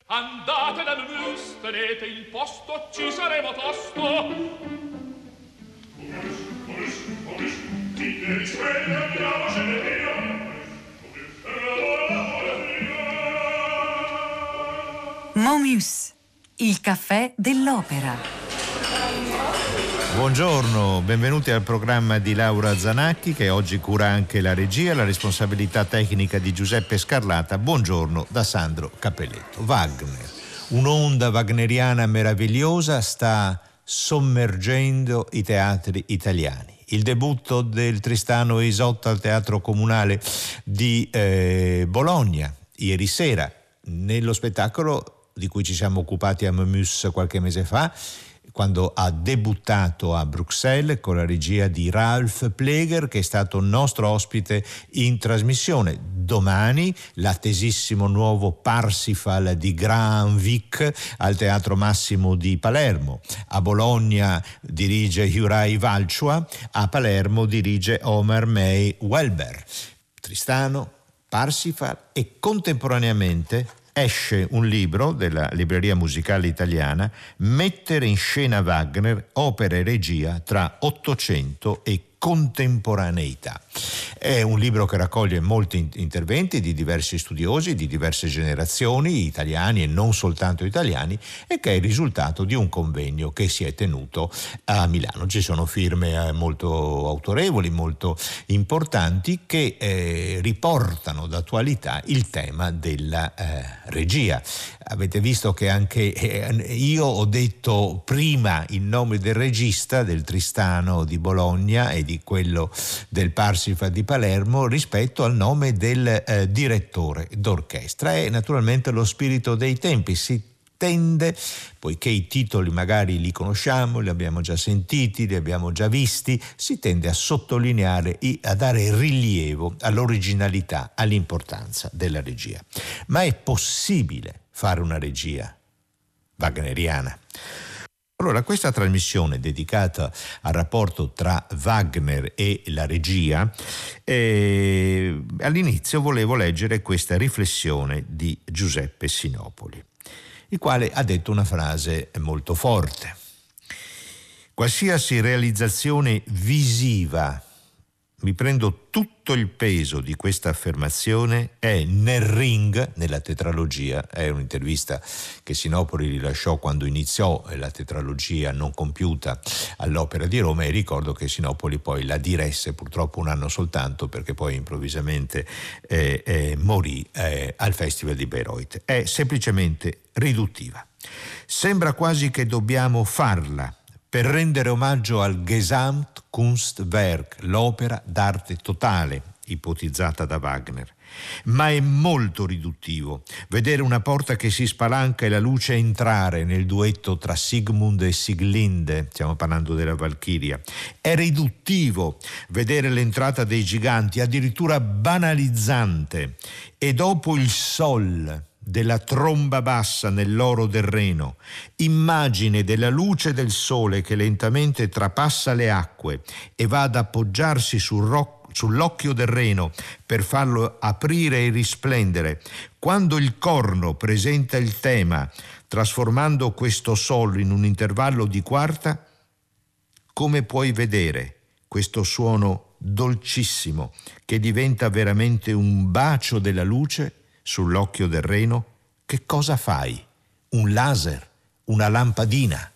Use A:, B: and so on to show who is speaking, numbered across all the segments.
A: Andate dal mus, tenete il posto, ci saremo tosto.
B: Momus, il caffè dell'opera.
C: Buongiorno, benvenuti al programma di Laura Zanacchi, che oggi cura anche la regia, la responsabilità tecnica di Giuseppe Scarlata. Buongiorno da Sandro Cappelletto. Wagner, un'onda wagneriana meravigliosa sta sommergendo i teatri italiani. Il debutto del Tristano e Isotta al Teatro Comunale di Bologna ieri sera, nello spettacolo di cui ci siamo occupati a Momus qualche mese fa, quando ha debuttato a Bruxelles con la regia di Ralph Pleger, che è stato nostro ospite in trasmissione. Domani l'attesissimo nuovo Parsifal di Graham Vick al Teatro Massimo di Palermo. A Bologna dirige Juraj Valchua, a Palermo dirige Omar May Welber. Tristano, Parsifal e contemporaneamente esce un libro della Libreria Musicale Italiana, Mettere in scena Wagner, opera e regia tra Ottocento e contemporaneità. È un libro che raccoglie molti interventi di diversi studiosi, di diverse generazioni, italiani e non soltanto italiani, e che è il risultato di un convegno che si è tenuto a Milano. Ci sono firme molto autorevoli, molto importanti, che riportano d'attualità il tema della regia. Avete visto che anche io ho detto prima il nome del regista del Tristano di Bologna e di quello del Parsifal di Palermo rispetto al nome del direttore d'orchestra. È naturalmente lo spirito dei tempi. Si tende, poiché i titoli magari li conosciamo, li abbiamo già sentiti, li abbiamo già visti, si tende a sottolineare e a dare rilievo all'originalità, all'importanza della regia. Ma è possibile fare una regia wagneriana? Allora, questa trasmissione dedicata al rapporto tra Wagner e la regia, all'inizio volevo leggere questa riflessione di Giuseppe Sinopoli, il quale ha detto una frase molto forte. Qualsiasi realizzazione visiva, mi prendo tutto il peso di questa affermazione, è nel ring, nella tetralogia. È un'intervista che Sinopoli rilasciò quando iniziò la tetralogia non compiuta all'Opera di Roma, e ricordo che Sinopoli poi la diresse purtroppo un anno soltanto, perché poi improvvisamente morì al Festival di Bayreuth. È semplicemente riduttiva. Sembra quasi che dobbiamo farla per rendere omaggio al Gesamtkunstwerk, l'opera d'arte totale ipotizzata da Wagner. Ma è molto riduttivo vedere una porta che si spalanca e la luce entrare nel duetto tra Sigmund e Sieglinde, stiamo parlando della Valchiria. È riduttivo vedere l'entrata dei giganti, addirittura banalizzante, e dopo il sol della tromba bassa nell'oro del Reno, immagine della luce del sole che lentamente trapassa le acque e va ad appoggiarsi sull'occhio del Reno per farlo aprire e risplendere. Quando il corno presenta il tema, trasformando questo sol in un intervallo di quarta, come puoi vedere questo suono dolcissimo che diventa veramente un bacio della luce sull'occhio del Reno? Che cosa fai? Un laser? Una lampadina?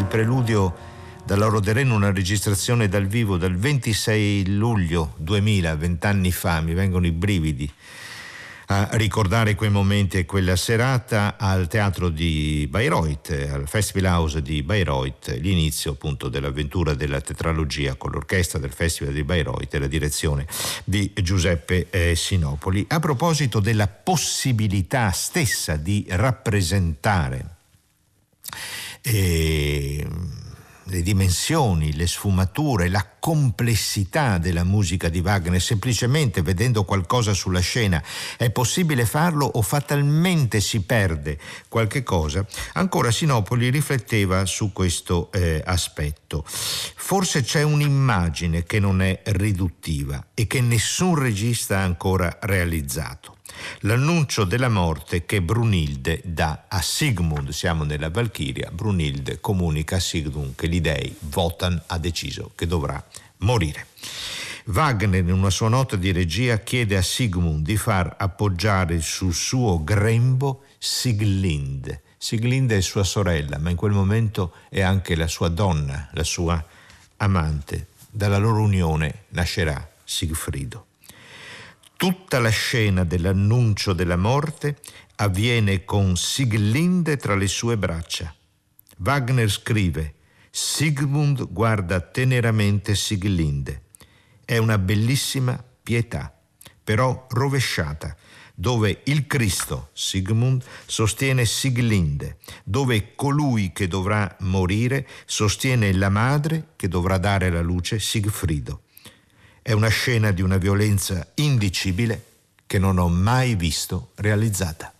C: preludio dalla Rodereno, una registrazione dal vivo del 26 luglio 2000, 20 anni fa. Mi vengono i brividi a ricordare quei momenti e quella serata al teatro di Bayreuth, al Festival House di Bayreuth, l'inizio appunto dell'avventura della tetralogia con l'orchestra del Festival di Bayreuth e la direzione di Giuseppe Sinopoli. A proposito della possibilità stessa di rappresentare le dimensioni, le sfumature, la complessità della musica di Wagner, semplicemente vedendo qualcosa sulla scena, è possibile farlo o fatalmente si perde qualche cosa? Ancora Sinopoli rifletteva su questo aspetto. Forse c'è un'immagine che non è riduttiva e che nessun regista ha ancora realizzato. L'annuncio della morte che Brunilde dà a Sigmund. Siamo nella Valchiria, Brunilde comunica a Sigmund che gli dei, Wotan, ha deciso che dovrà morire. Wagner in una sua nota di regia chiede a Sigmund di far appoggiare sul suo grembo Sieglinde. Sieglinde è sua sorella, ma in quel momento è anche la sua donna, la sua amante. Dalla loro unione nascerà Sigfrido. Tutta la scena dell'annuncio della morte avviene con Sieglinde tra le sue braccia. Wagner scrive: Sigmund guarda teneramente Sieglinde. È una bellissima pietà, però rovesciata, dove il Cristo, Sigmund, sostiene Sieglinde, dove colui che dovrà morire sostiene la madre che dovrà dare alla luce Sigfrido. È una scena di una violenza indicibile che non ho mai visto realizzata.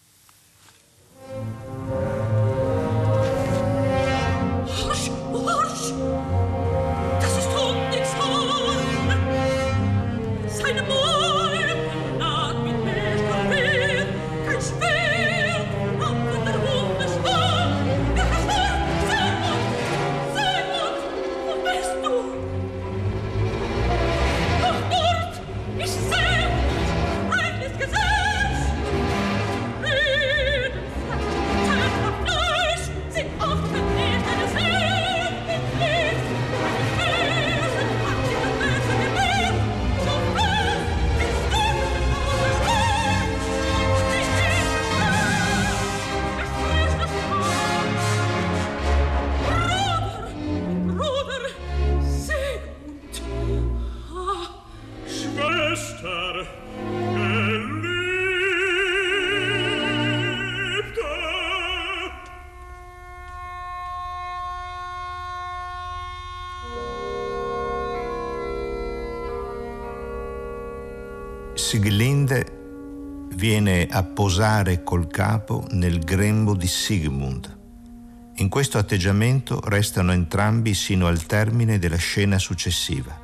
C: Sieglinde viene a posare col capo nel grembo di Sigmund. In questo atteggiamento restano entrambi sino al termine della scena successiva.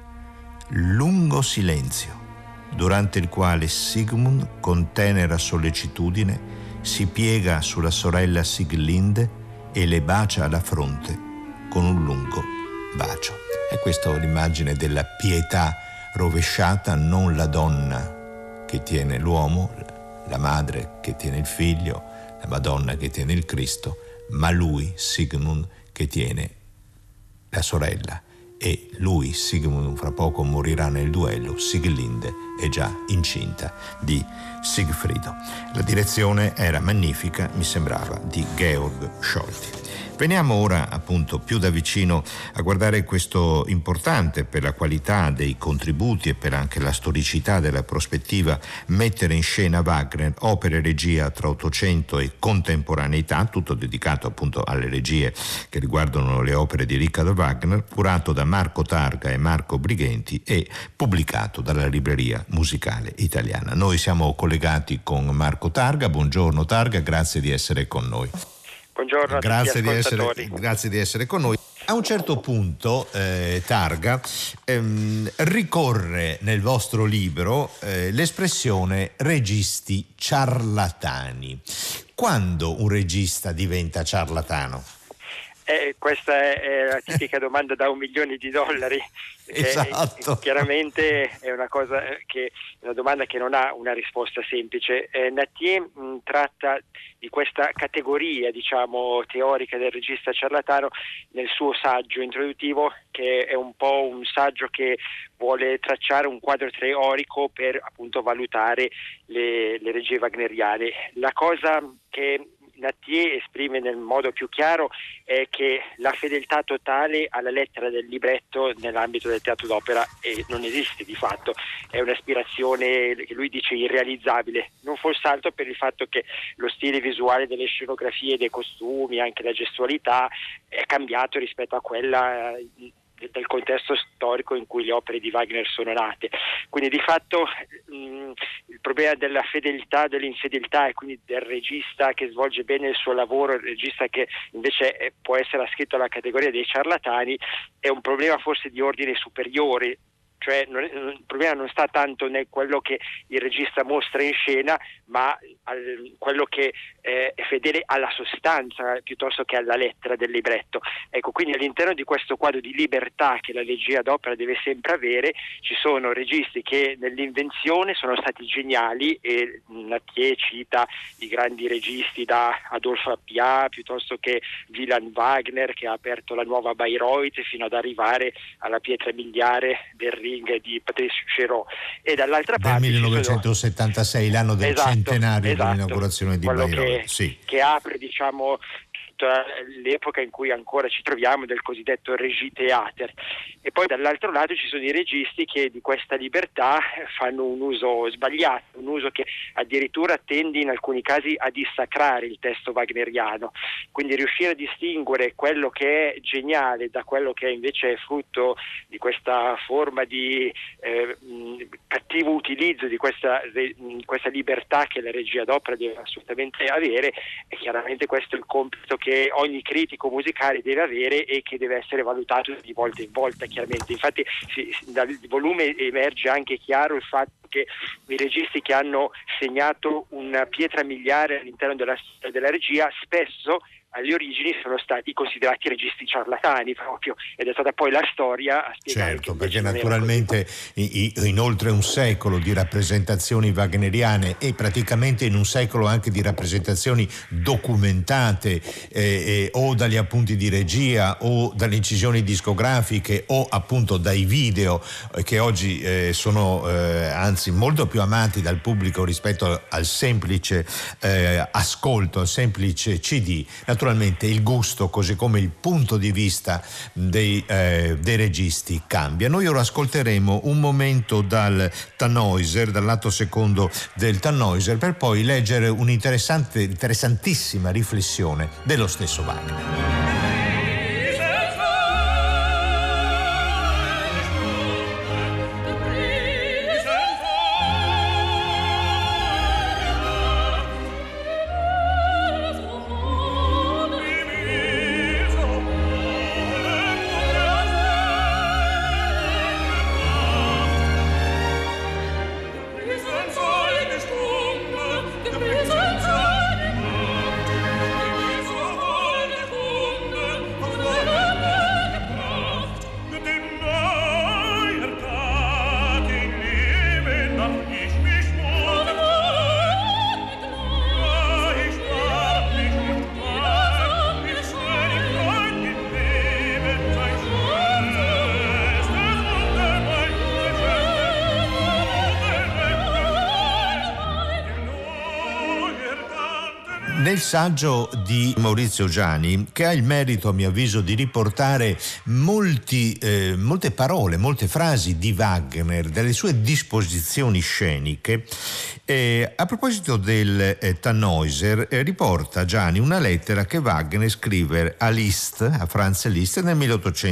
C: Lungo silenzio, durante il quale Sigmund, con tenera sollecitudine, si piega sulla sorella Sieglinde e le bacia alla fronte con un lungo bacio. E questa è l'immagine della pietà rovesciata, non la donna che tiene l'uomo, la madre che tiene il figlio, la Madonna che tiene il Cristo, ma lui, Sigmund, che tiene la sorella. E lui, Sigmund, fra poco morirà nel duello. Sieglinde è già incinta di Sigfrido. La direzione era magnifica, mi sembrava, di Georg Scholti. Veniamo ora appunto più da vicino a guardare questo importante, per la qualità dei contributi e per anche la storicità della prospettiva, mettere in scena Wagner, opere e regia tra Ottocento e contemporaneità, tutto dedicato appunto alle regie che riguardano le opere di Richard Wagner, curato da Marco Targa e Marco Brighenti e pubblicato dalla Libreria Musicale Italiana. Noi siamo collegati con Marco Targa. Buongiorno Targa, grazie di essere con noi.
D: Buongiorno a tutti gli ascoltatori.
C: Grazie di essere con noi. A un certo punto Targa ricorre nel vostro libro l'espressione registi ciarlatani. Quando un regista diventa ciarlatano?
D: Questa è la tipica domanda da $1 milione.
C: Esatto.
D: Chiaramente è una domanda che non ha una risposta semplice. Nattier tratta di questa categoria, diciamo, teorica del regista ciarlatano nel suo saggio introduttivo, che è un po' un saggio che vuole tracciare un quadro teorico per appunto valutare le regie wagneriane. La cosa che Nattier esprime nel modo più chiaro è che la fedeltà totale alla lettera del libretto nell'ambito del teatro d'opera non esiste di fatto, è un'aspirazione che lui dice irrealizzabile, non fosse altro per il fatto che lo stile visuale delle scenografie, dei costumi, anche la gestualità è cambiato rispetto a quella del contesto storico in cui le opere di Wagner sono nate. Quindi di fatto il problema della fedeltà, dell'infedeltà e quindi del regista che svolge bene il suo lavoro, il regista che invece può essere ascritto alla categoria dei ciarlatani, è un problema forse di ordine superiore. Cioè il problema non sta tanto nel quello che il regista mostra in scena, ma quello che è fedele alla sostanza piuttosto che alla lettera del libretto. Ecco, quindi all'interno di questo quadro di libertà che la regia d'opera deve sempre avere, ci sono registi che nell'invenzione sono stati geniali, e Nattier cita i grandi registi da Adolphe Appia piuttosto che Wieland Wagner, che ha aperto la nuova Bayreuth, fino ad arrivare alla pietra miliare del di Patrice Chéreau, e dall'altra parte
C: 1976, l'anno del centenario dell'inaugurazione di Bayreuth,
D: che apre, diciamo, l'epoca in cui ancora ci troviamo, del cosiddetto Régie Theater. E poi dall'altro lato ci sono i registi che di questa libertà fanno un uso sbagliato, un uso che addirittura tende in alcuni casi a dissacrare il testo wagneriano. Quindi riuscire a distinguere quello che è geniale da quello che invece è frutto di questa forma di cattivo utilizzo di questa libertà che la regia d'opera deve assolutamente avere, e chiaramente questo è il compito che ogni critico musicale deve avere e che deve essere valutato di volta in volta, chiaramente. Infatti dal volume emerge anche chiaro il fatto che i registi che hanno segnato una pietra miliare all'interno della regia spesso alle origini sono stati considerati registi ciarlatani proprio, ed è stata poi la storia a spiegare.
C: Certo, perché naturalmente in oltre un secolo di rappresentazioni wagneriane, e praticamente in un secolo anche di rappresentazioni documentate o dagli appunti di regia o dalle incisioni discografiche o appunto dai video che oggi sono anzi molto più amati dal pubblico rispetto al semplice ascolto, al semplice CD. Naturalmente il gusto, così come il punto di vista dei registi, cambia. Noi ora ascolteremo un momento dal Tannhäuser, dal lato secondo del Tannhäuser, per poi leggere un'interessantissima riflessione dello stesso Wagner. Nel saggio di Maurizio Giani, che ha il merito a mio avviso di riportare molte parole, molte frasi di Wagner, delle sue disposizioni sceniche, a proposito del Tannhäuser, riporta Giani una lettera che Wagner scrive a Franz Liszt nel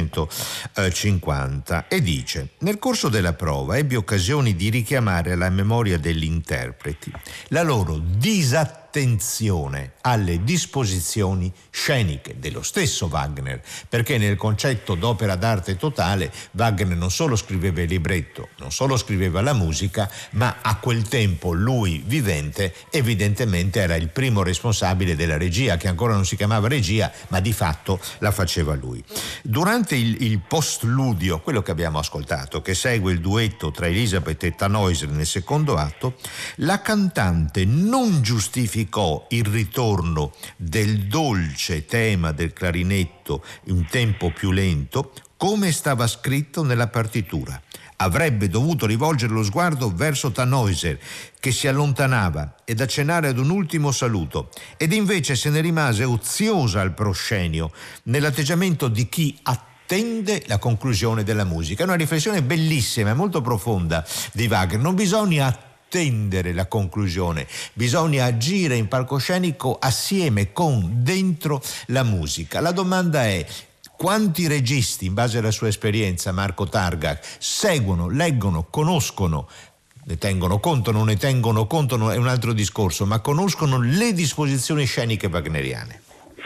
C: 1850, e dice: nel corso della prova ebbi occasioni di richiamare alla memoria degli interpreti la loro disattenzione attenzione alle disposizioni sceniche dello stesso Wagner, perché nel concetto d'opera d'arte totale Wagner non solo scriveva il libretto, non solo scriveva la musica, ma a quel tempo lui vivente evidentemente era il primo responsabile della regia, che ancora non si chiamava regia, ma di fatto la faceva lui. Durante il postludio, quello che abbiamo ascoltato, che segue il duetto tra Elisabeth e Tannhäuser nel secondo atto, la cantante non giustificò il ritorno del dolce tema del clarinetto in tempo più lento come stava scritto nella partitura. Avrebbe dovuto rivolgere lo sguardo verso Tannhäuser, che si allontanava, ed accennare ad un ultimo saluto, ed invece se ne rimase oziosa al proscenio, nell'atteggiamento di chi attende la conclusione della musica. È una riflessione bellissima e molto profonda di Wagner. Non bisogna attendere la conclusione, bisogna agire in palcoscenico assieme, con dentro la musica. La domanda è: quanti registi, in base alla sua esperienza, Marco Targa, seguono, leggono, conoscono, ne tengono conto, non ne tengono conto, è un altro discorso, ma conoscono le disposizioni sceniche wagneriane?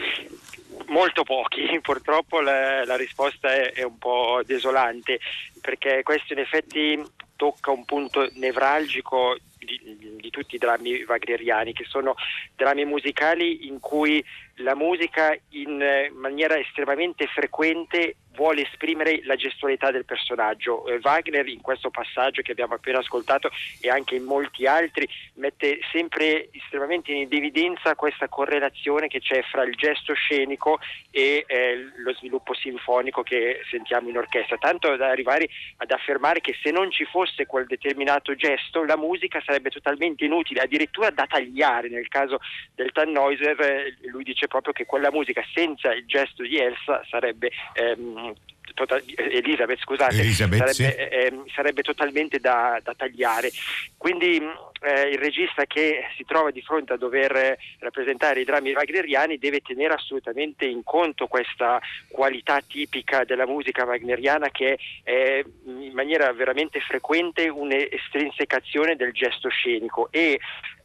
D: Molto pochi, purtroppo la risposta è un po' desolante, perché questo in effetti tocca un punto nevralgico di tutti i drammi wagneriani, che sono drammi musicali in cui la musica in maniera estremamente frequente vuole esprimere la gestualità del personaggio. Wagner in questo passaggio che abbiamo appena ascoltato e anche in molti altri mette sempre estremamente in evidenza questa correlazione che c'è fra il gesto scenico e lo sviluppo sinfonico che sentiamo in orchestra, tanto da arrivare ad affermare che se non ci fosse quel determinato gesto la musica sarebbe totalmente inutile, addirittura da tagliare. Nel caso del Tannhäuser lui dice proprio che quella musica senza il gesto di Elsa sarebbe Elisabeth, sarebbe totalmente da tagliare. Quindi il regista che si trova di fronte a dover rappresentare i drammi wagneriani deve tenere assolutamente in conto questa qualità tipica della musica wagneriana, che è in maniera veramente frequente un'estrinsecazione del gesto scenico, e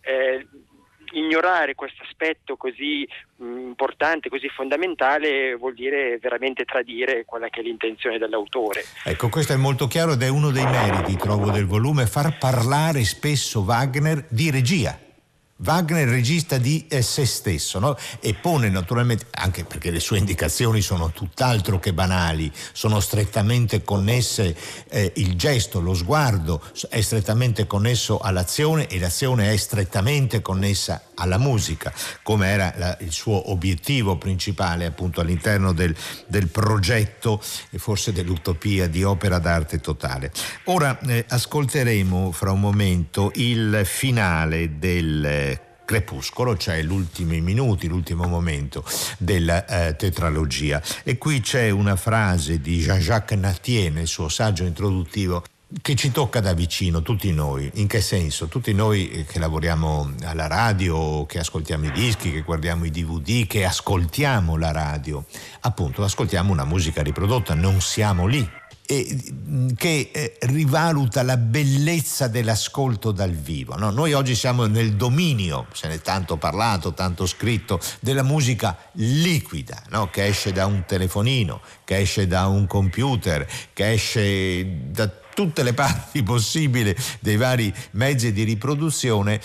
D: ignorare questo aspetto così importante, così fondamentale, vuol dire veramente tradire quella che è l'intenzione dell'autore.
C: Ecco, questo è molto chiaro ed è uno dei meriti, trovo, del volume, far parlare spesso Wagner di regia. Wagner regista di se stesso, no? E pone naturalmente, anche perché le sue indicazioni sono tutt'altro che banali, sono strettamente connesse, il gesto, lo sguardo è strettamente connesso all'azione e l'azione è strettamente connessa alla musica, come era il suo obiettivo principale appunto all'interno del progetto e forse dell'utopia di opera d'arte totale. Ora ascolteremo fra un momento il finale del Crepuscolo, cioè l'ultimi minuti, l'ultimo momento della tetralogia, e qui c'è una frase di Jean-Jacques Nattier nel suo saggio introduttivo che ci tocca da vicino, tutti noi. In che senso? Tutti noi che lavoriamo alla radio, che ascoltiamo i dischi, che guardiamo i DVD, che ascoltiamo la radio, appunto ascoltiamo una musica riprodotta, non siamo lì, e che rivaluta la bellezza dell'ascolto dal vivo, no? Noi oggi siamo nel dominio, se ne è tanto parlato, tanto scritto, della musica liquida, no? Che esce da un telefonino, che esce da un computer, che esce da tutte le parti possibili dei vari mezzi di riproduzione,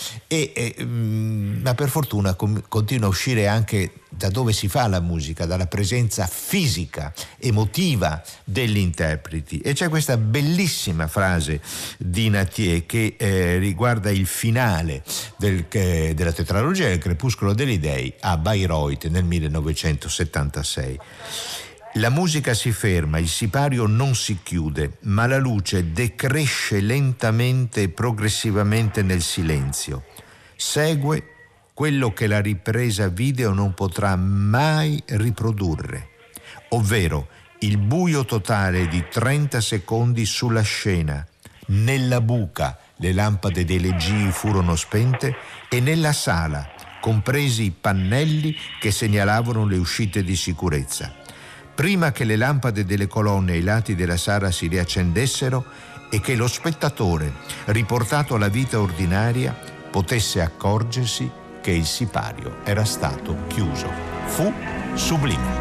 C: ma per fortuna continua a uscire anche da dove si fa la musica, dalla presenza fisica, emotiva degli interpreti. E c'è questa bellissima frase di Nattier che riguarda il finale della tetralogia del Crepuscolo degli Dei a Bayreuth nel 1976. La musica si ferma, il sipario non si chiude, ma la luce decresce lentamente e progressivamente nel silenzio. Segue quello che la ripresa video non potrà mai riprodurre, ovvero il buio totale di 30 secondi sulla scena. Nella buca le lampade dei leggii furono spente e nella sala, compresi i pannelli che segnalavano le uscite di sicurezza. Prima che le lampade delle colonne ai lati della sala si riaccendessero e che lo spettatore, riportato alla vita ordinaria, potesse accorgersi che il sipario era stato chiuso. Fu sublime.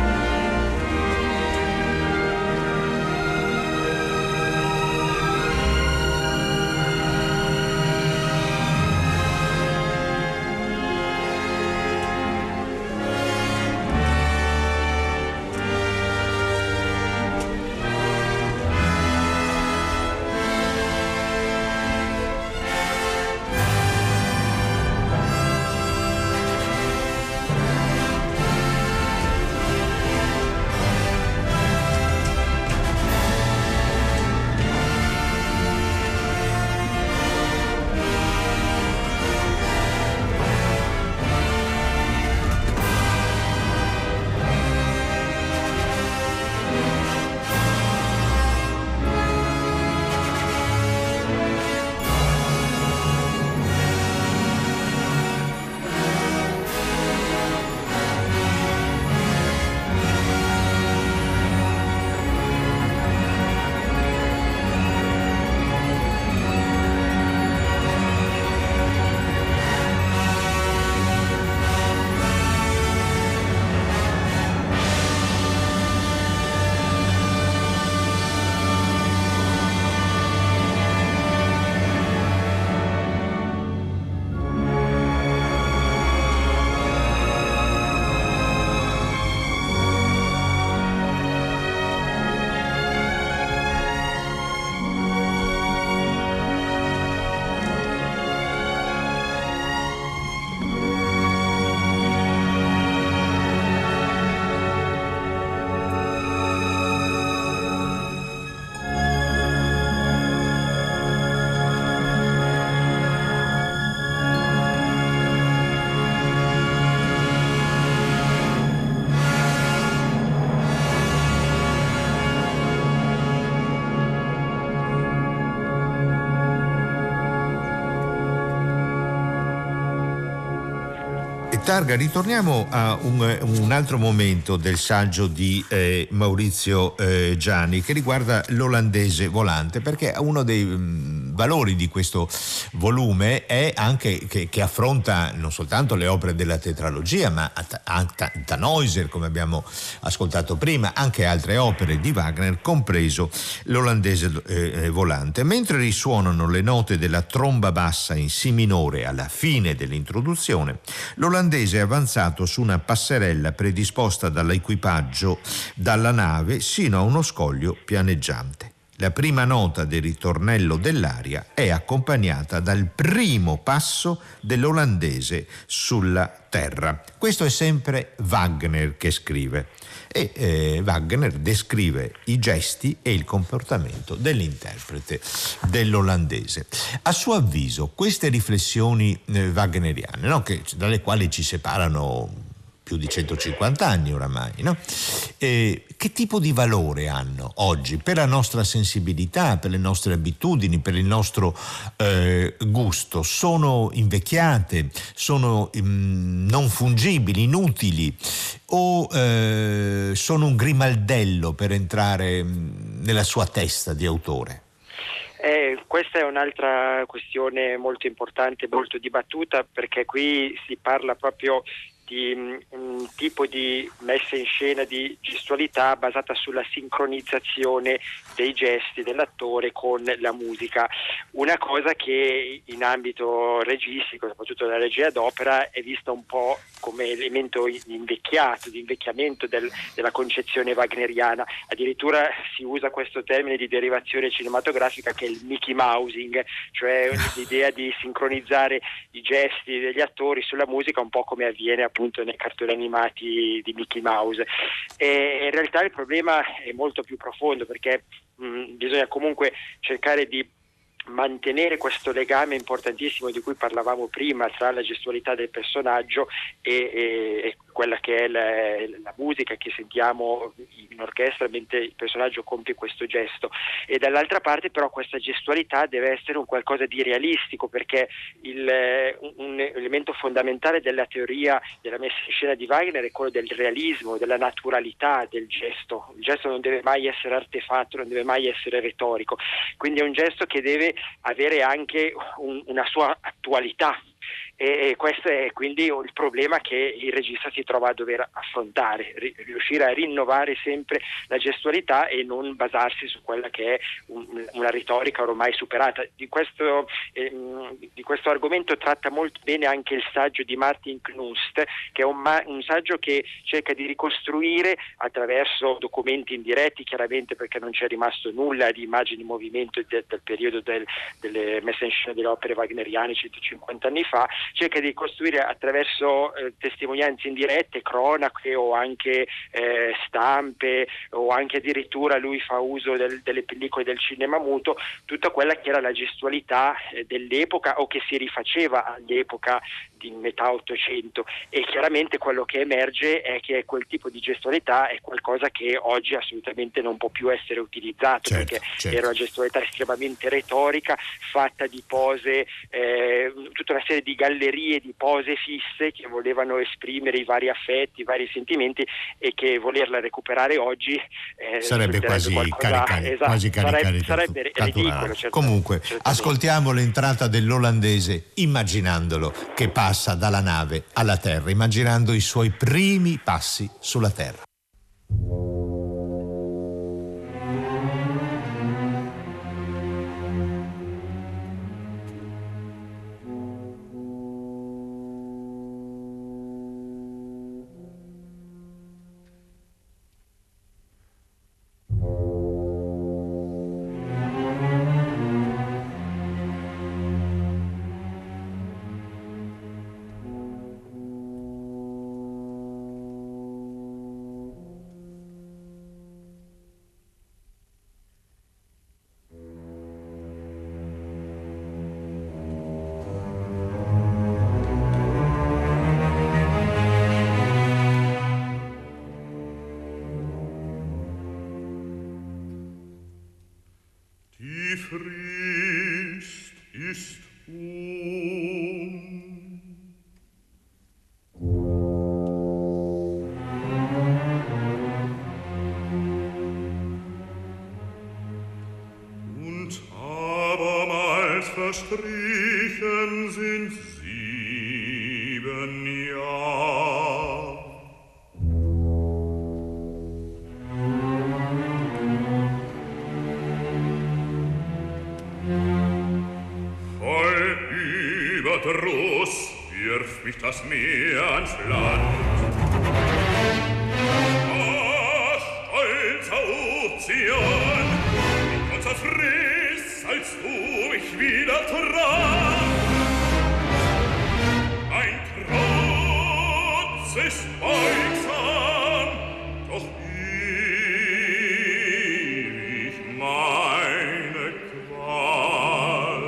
C: Targa, ritorniamo a un altro momento del saggio di Maurizio Gianni, che riguarda l'Olandese volante, perché uno dei valori di questo volume è anche che affronta non soltanto le opere della tetralogia, ma Tannhäuser, come abbiamo ascoltato prima, anche altre opere di Wagner, compreso l'Olandese volante. Mentre risuonano le note della tromba bassa in Si minore alla fine dell'introduzione, l'Olandese è avanzato su una passerella predisposta dall'equipaggio dalla nave sino a uno scoglio pianeggiante. La prima nota del ritornello dell'aria è accompagnata dal primo passo dell'olandese sulla terra. Questo è sempre Wagner che scrive, e Wagner descrive i gesti e il comportamento dell'interprete dell'olandese. A suo avviso, queste riflessioni wagneriane, no, dalle quali ci separano più di 150 anni oramai, no? Che tipo di valore hanno oggi per la nostra sensibilità, per le nostre abitudini, per il nostro gusto? Sono invecchiate? Sono non fungibili, inutili? O sono un grimaldello per entrare nella sua testa di autore?
D: Questa è un'altra questione molto importante, molto dibattuta, perché qui si parla proprio di un tipo di messa in scena di gestualità basata sulla sincronizzazione dei gesti dell'attore con la musica, una cosa che in ambito registico, soprattutto nella regia d'opera, è vista un po' come elemento invecchiato, di invecchiamento della concezione wagneriana. Addirittura si usa questo termine di derivazione cinematografica che è il Mickey Mousing, cioè l'idea di sincronizzare i gesti degli attori sulla musica, un po' come avviene appunto nei cartoni animati di Mickey Mouse. E in realtà il problema è molto più profondo, perché bisogna comunque cercare di mantenere questo legame importantissimo di cui parlavamo prima tra la gestualità del personaggio e quella che è la musica che sentiamo in orchestra mentre il personaggio compie questo gesto. E dall'altra parte però questa gestualità deve essere un qualcosa di realistico, perché un elemento fondamentale della teoria della messa in scena di Wagner è quello del realismo, della naturalità del gesto. Il gesto non deve mai essere artefatto, non deve mai essere retorico, quindi è un gesto che deve avere anche una sua attualità. E questo è quindi il problema che il regista si trova a dover affrontare, riuscire a rinnovare sempre la gestualità e non basarsi su quella che è una retorica ormai superata. Di questo argomento tratta molto bene anche il saggio di Martin Knust, che è un saggio che cerca di ricostruire attraverso documenti indiretti, chiaramente perché non c'è rimasto nulla di immagini in movimento del periodo delle messe in scena delle opere wagneriane 150 anni fa, cerca di costruire attraverso testimonianze indirette, cronache o anche stampe, o anche addirittura lui fa uso delle pellicole del cinema muto, tutta quella che era la gestualità dell'epoca o che si rifaceva all'epoca di metà Ottocento, e chiaramente quello che emerge è che quel tipo di gestualità è qualcosa che oggi assolutamente non può più essere utilizzato, perché era una gestualità estremamente retorica, fatta di pose, tutta una serie di gallerie di pose fisse che volevano esprimere i vari affetti, i vari sentimenti, e che volerla recuperare oggi
C: sarebbe quasi caricare,
D: sarebbe ridicolo.
C: Comunque, ascoltiamo l'entrata dell'olandese immaginandolo che passa dalla nave alla terra, immaginando i suoi primi passi sulla terra.
A: Frist ist und abermals verstrichen sind 7 Jahr. Trost wirft mich das Meer ans Land. Stolzer Ozean, wie großer Friss, als du mich wieder traf. Ein Trotz ist beugsam, doch ewig meine Qual.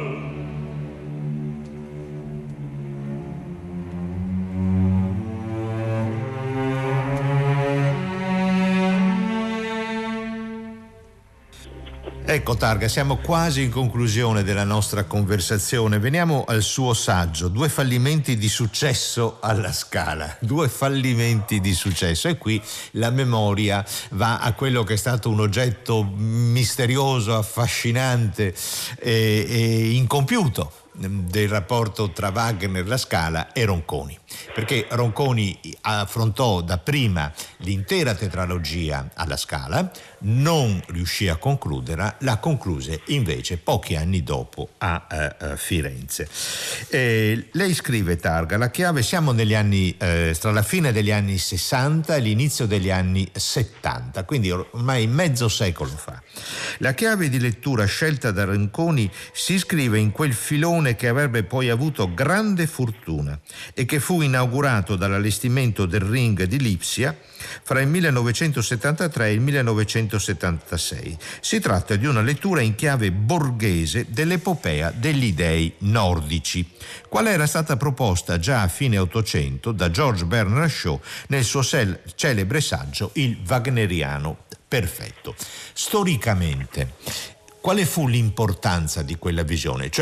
C: Ecco Targa, siamo quasi in conclusione della nostra conversazione. Veniamo al suo saggio, 2 fallimenti di successo alla Scala, 2 fallimenti di successo, e qui la memoria va a quello che è stato un oggetto misterioso, affascinante e incompiuto del rapporto tra Wagner, la Scala e Ronconi, perché Ronconi affrontò dapprima l'intera tetralogia alla Scala, non riuscì a concluderla, la concluse invece pochi anni dopo a Firenze. Lei scrive, Targa, la chiave, siamo negli anni tra la fine degli anni 60 e l'inizio degli anni 70, quindi ormai mezzo secolo fa. La chiave di lettura scelta da Ronconi si iscrive in quel filone che avrebbe poi avuto grande fortuna e che fu inaugurato dall'allestimento del Ring di Lipsia fra il 1973 e il 1976. Si tratta di una lettura in chiave borghese dell'epopea degli dei nordici, quale era stata proposta già a fine Ottocento da George Bernard Shaw nel suo celebre saggio Il Wagneriano perfetto. Storicamente, quale fu l'importanza di quella visione? Cioè,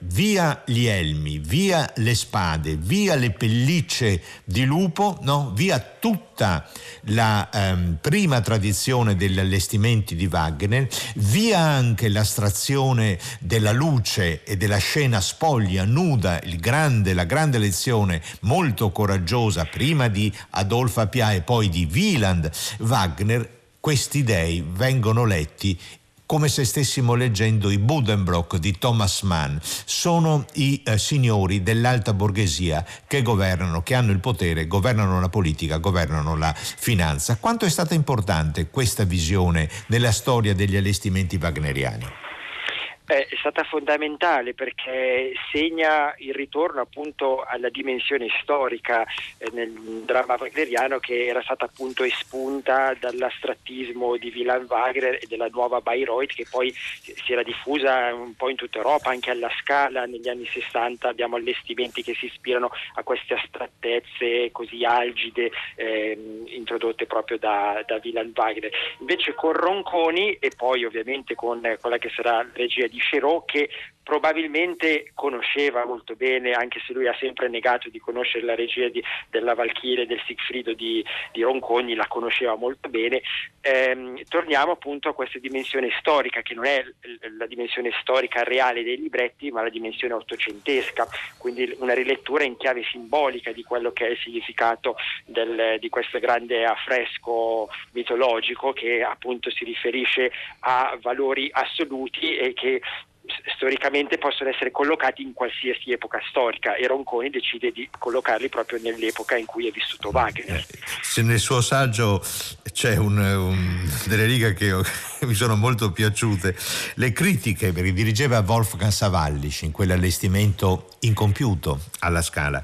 C: via gli elmi, via le spade, via le pellicce di lupo, no? Via tutta la prima tradizione degli allestimenti di Wagner, via anche l'astrazione della luce e della scena spoglia, nuda, la grande lezione molto coraggiosa prima di Adolphe Appia e poi di Wieland. Wagner, questi dei vengono letti come se stessimo leggendo i Buddenbrook di Thomas Mann. Sono i signori dell'alta borghesia che governano, che hanno il potere, governano la politica, governano la finanza. Quanto è stata importante questa visione nella storia degli allestimenti wagneriani?
D: È stata fondamentale perché segna il ritorno appunto alla dimensione storica nel dramma wagneriano, che era stata appunto espunta dall'astrattismo di Wieland Wagner e della nuova Bayreuth, che poi si era diffusa un po' in tutta Europa, anche alla Scala negli anni 60 abbiamo allestimenti che si ispirano a queste astrattezze così algide introdotte proprio da Wieland Wagner. Invece con Ronconi e poi ovviamente con quella che sarà la regia di Chéreau, che probabilmente conosceva molto bene, anche se lui ha sempre negato di conoscere la regia della Valchiria e del Sigfrido di Ronconi, la conosceva molto bene. Torniamo appunto a questa dimensione storica, che non è la dimensione storica reale dei libretti, ma la dimensione ottocentesca, quindi una rilettura in chiave simbolica di quello che è il significato di questo grande affresco mitologico, che appunto si riferisce a valori assoluti e che storicamente possono essere collocati in qualsiasi epoca storica, e Ronconi decide di collocarli proprio nell'epoca in cui è vissuto Wagner.
C: Nel suo saggio c'è delle righe che mi sono molto piaciute, le critiche, perché dirigeva Wolfgang Sawallisch in quell'allestimento incompiuto alla Scala.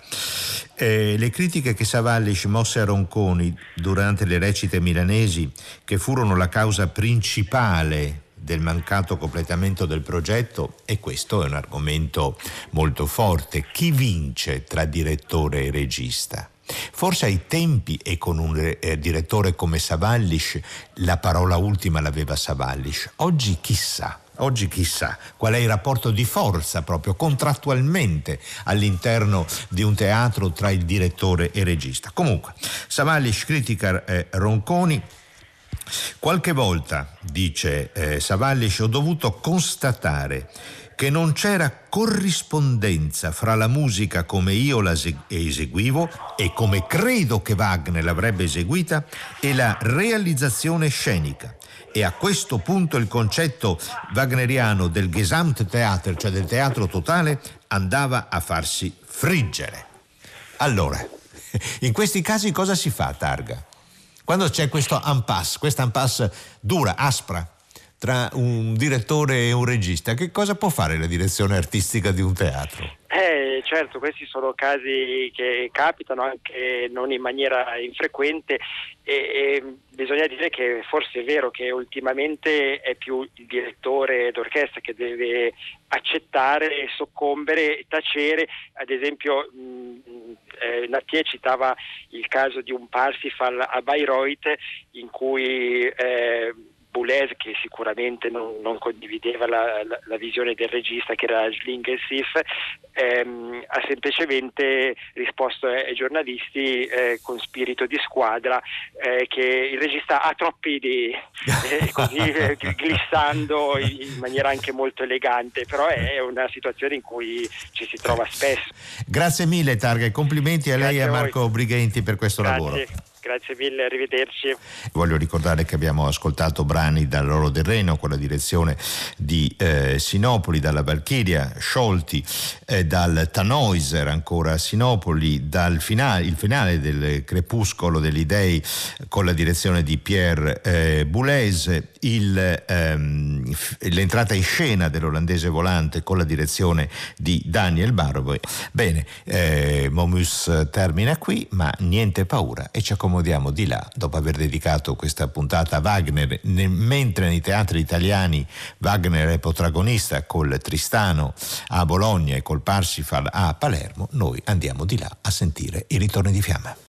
C: Le critiche che Sawallisch mosse a Ronconi durante le recite milanesi, che furono la causa principale del mancato completamento del progetto, e questo è un argomento molto forte. Chi vince tra direttore e regista? Forse ai tempi e con un direttore come Sawallisch la parola ultima l'aveva Sawallisch. Oggi chissà qual è il rapporto di forza proprio contrattualmente all'interno di un teatro tra il direttore e il regista. Comunque, Sawallisch critica Ronconi. Qualche volta, dice Sawallisch, ho dovuto constatare che non c'era corrispondenza fra la musica come io la eseguivo e come credo che Wagner l'avrebbe eseguita e la realizzazione scenica. E a questo punto il concetto wagneriano del Gesamttheater, cioè del teatro totale, andava a farsi friggere. Allora, in questi casi cosa si fa, Targa? Quando c'è questa impasse dura, aspra, tra un direttore e un regista, che cosa può fare la direzione artistica di un teatro?
D: Certo, questi sono casi che capitano anche non in maniera infrequente, e bisogna dire che forse è vero che ultimamente è più il direttore d'orchestra che deve accettare, soccombere, tacere. Ad esempio Nattier citava il caso di un Parsifal a Bayreuth in cui Boulez, che sicuramente non condivideva la visione del regista, che era Schlingensief, ha semplicemente risposto ai giornalisti con spirito di squadra che il regista ha troppe idee, così glissando in maniera anche molto elegante, però è una situazione in cui ci si trova spesso.
C: Grazie mille, Targa, e complimenti a lei e a Marco Brighenti per questo lavoro.
D: Grazie mille, arrivederci.
C: Voglio ricordare che abbiamo ascoltato brani dall'Oro del Reno con la direzione di Sinopoli, dalla Valchiria, Scholti, dal Tannhäuser ancora a Sinopoli, il finale del Crepuscolo degli Dei con la direzione di Pierre Boulez, l'entrata in scena dell'Olandese Volante con la direzione di Daniel Barbo. Bene, Momus termina qui, ma niente paura, e ci accomodiamo di là, dopo aver dedicato questa puntata a Wagner, mentre nei teatri italiani Wagner è protagonista col Tristano a Bologna e col Parsifal a Palermo. Noi andiamo di là a sentire I Ritorni di Fiamma.